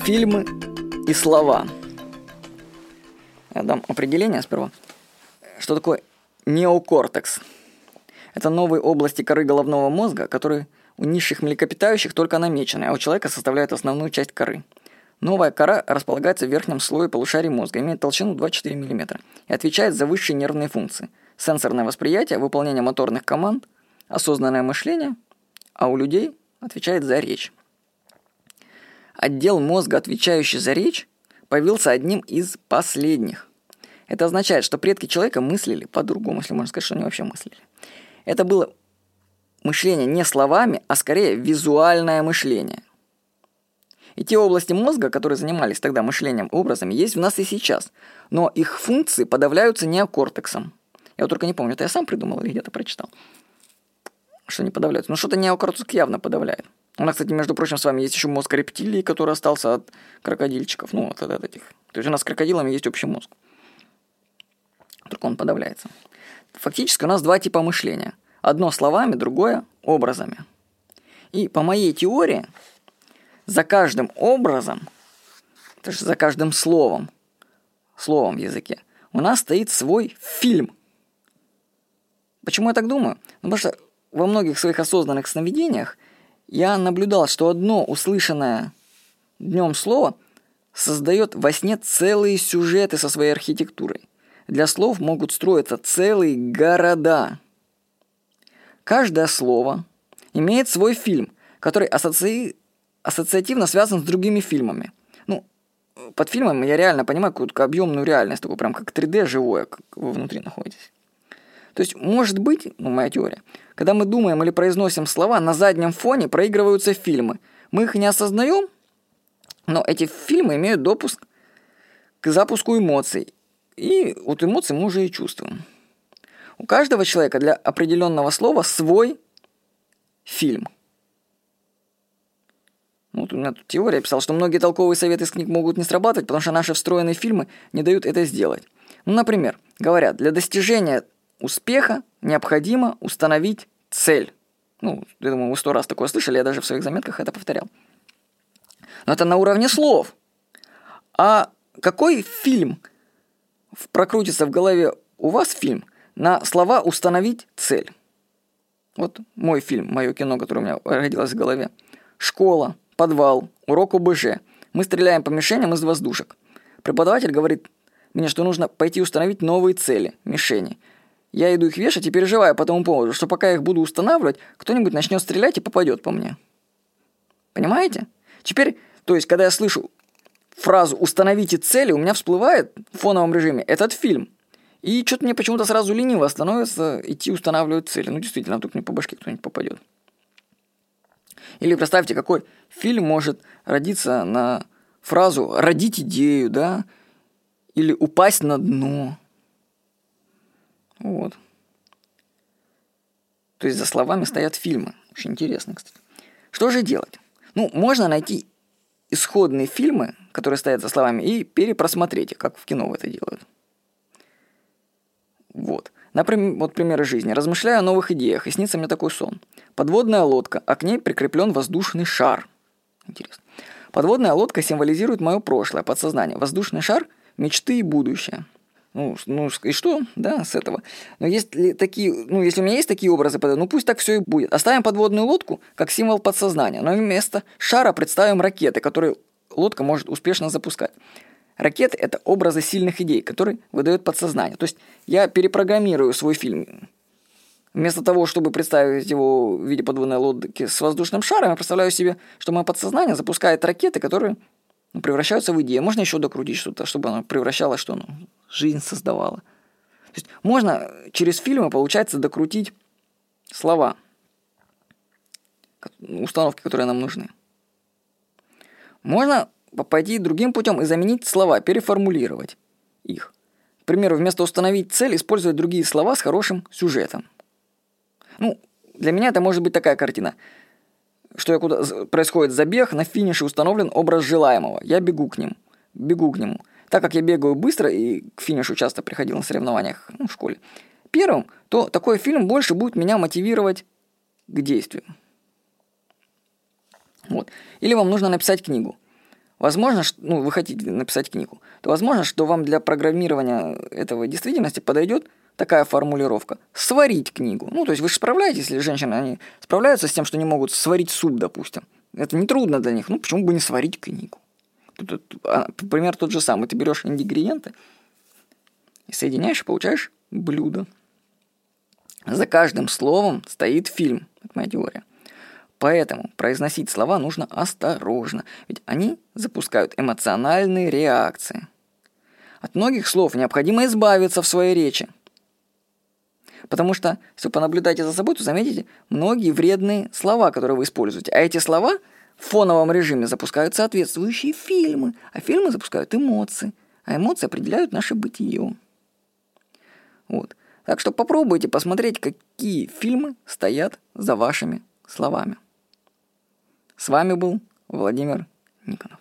Фильмы и слова. Я дам определение сперва. Что такое неокортекс? Это новые области коры головного мозга, которые у низших млекопитающих только намечены, а у человека составляют основную часть коры. Новая кора располагается в верхнем слое полушарий мозга, имеет толщину 2-4 мм и отвечает за высшие нервные функции. Сенсорное восприятие, выполнение моторных команд, осознанное мышление, а у людей отвечает за речь. Отдел мозга, отвечающий за речь, появился одним из последних. Это означает, что предки человека мыслили по-другому, если можно сказать, что они вообще мыслили. Это было мышление не словами, а скорее визуальное мышление. И те области мозга, которые занимались тогда мышлением образами, есть в нас и сейчас. Но их функции подавляются неокортексом. Я вот только не помню, это я сам придумал или где-то прочитал, что не подавляются. Но что-то неокортекс явно подавляет. У нас, кстати, между прочим, с вами есть еще мозг рептилии, который остался от крокодильчиков. Ну, вот от этих. То есть у нас с крокодилами есть общий мозг. Только он подавляется. Фактически у нас два типа мышления. Одно словами, другое образами. И по моей теории, за каждым образом, то есть за каждым словом в языке, у нас стоит свой фильм. Почему я так думаю? Потому что во многих своих осознанных сновидениях я наблюдал, что одно услышанное днем слово создает во сне целые сюжеты со своей архитектурой. Для слов могут строиться целые города. Каждое слово имеет свой фильм, который ассоциативно связан с другими фильмами. Ну, под фильмом я реально понимаю какую-то объемную реальность, такую прям как 3D живое, как вы внутри находитесь. То есть, может быть, моя теория, когда мы думаем или произносим слова, на заднем фоне проигрываются фильмы. Мы их не осознаем, но эти фильмы имеют допуск к запуску эмоций. И вот эмоции мы уже и чувствуем. У каждого человека для определенного слова свой фильм. Вот у меня тут теория писала, что многие толковые советы из книг могут не срабатывать, потому что наши встроенные фильмы не дают это сделать. Ну, например, говорят, для достижения успеха необходимо установить цель. Ну, я думаю, вы 100 раз такое слышали, я даже в своих заметках это повторял. Но это на уровне слов. А какой фильм прокрутится в голове у вас фильм на слова «установить цель»? Вот мой фильм, мое кино, которое у меня родилось в голове. Школа, подвал, урок ОБЖ. Мы стреляем по мишеням из воздушек. Преподаватель говорит мне, что нужно пойти установить новые цели, мишени. Я иду их вешать и переживаю по тому поводу, что пока я их буду устанавливать, кто-нибудь начнет стрелять и попадет по мне. Понимаете? Теперь, то есть, когда я слышу фразу «установите цели», у меня всплывает в фоновом режиме этот фильм. И что-то мне почему-то сразу лениво становится идти устанавливать цели. Ну, действительно, вдруг мне по башке кто-нибудь попадет. Или представьте, какой фильм может родиться на фразу «родить идею», да? Или «упасть на дно». Вот. То есть за словами стоят фильмы. Очень интересно, кстати. Что же делать? Ну, можно найти исходные фильмы, которые стоят за словами, и перепросмотреть их, как в кино это делают. Вот. Например, вот примеры жизни. Размышляю о новых идеях, и снится мне такой сон. Подводная лодка, а к ней прикреплен воздушный шар. Интересно. Подводная лодка символизирует мое прошлое, подсознание. Воздушный шар – мечты и будущее. Ну и что, да, с этого. Но есть ли такие, если у меня есть такие образы, пусть так все и будет. Оставим подводную лодку как символ подсознания, но вместо шара представим ракеты, которые лодка может успешно запускать. Ракеты – это образы сильных идей, которые выдает подсознание. То есть я перепрограммирую свой фильм. Вместо того, чтобы представить его в виде подводной лодки с воздушным шаром, я представляю себе, что мое подсознание запускает ракеты, которые превращаются в идеи. Можно еще докрутить что-то, чтобы оно превращалось, что оно жизнь создавало. То есть можно через фильмы, получается, докрутить слова, установки, которые нам нужны. Можно пойти другим путем и заменить слова, переформулировать их. К примеру, вместо «установить цель» использовать другие слова с хорошим сюжетом. Для меня это может быть такая картина, что происходит забег, на финише установлен образ желаемого. Я бегу к нему. Так как я бегаю быстро и к финишу часто приходил на соревнованиях в школе первым, то такой фильм больше будет меня мотивировать к действию. Вот. Или вам нужно написать книгу. возможно, вы хотите написать книгу, то возможно, что вам для программирования этого действительности подойдет такая формулировка: сварить книгу. То есть вы же справляетесь, если женщины, они справляются с тем, что не могут сварить суп, допустим. Это не трудно для них. Почему бы не сварить книгу? Пример тот же самый. Ты берешь ингредиенты и соединяешь, и получаешь блюдо. За каждым словом стоит фильм. Это моя теория. Поэтому произносить слова нужно осторожно, ведь они запускают эмоциональные реакции. От многих слов необходимо избавиться в своей речи. Потому что, если вы понаблюдаете за собой, то заметите многие вредные слова, которые вы используете. А эти слова в фоновом режиме запускают соответствующие фильмы, а фильмы запускают эмоции, а эмоции определяют наше бытие. Так что попробуйте посмотреть, какие фильмы стоят за вашими словами. С вами был Владимир Никонов.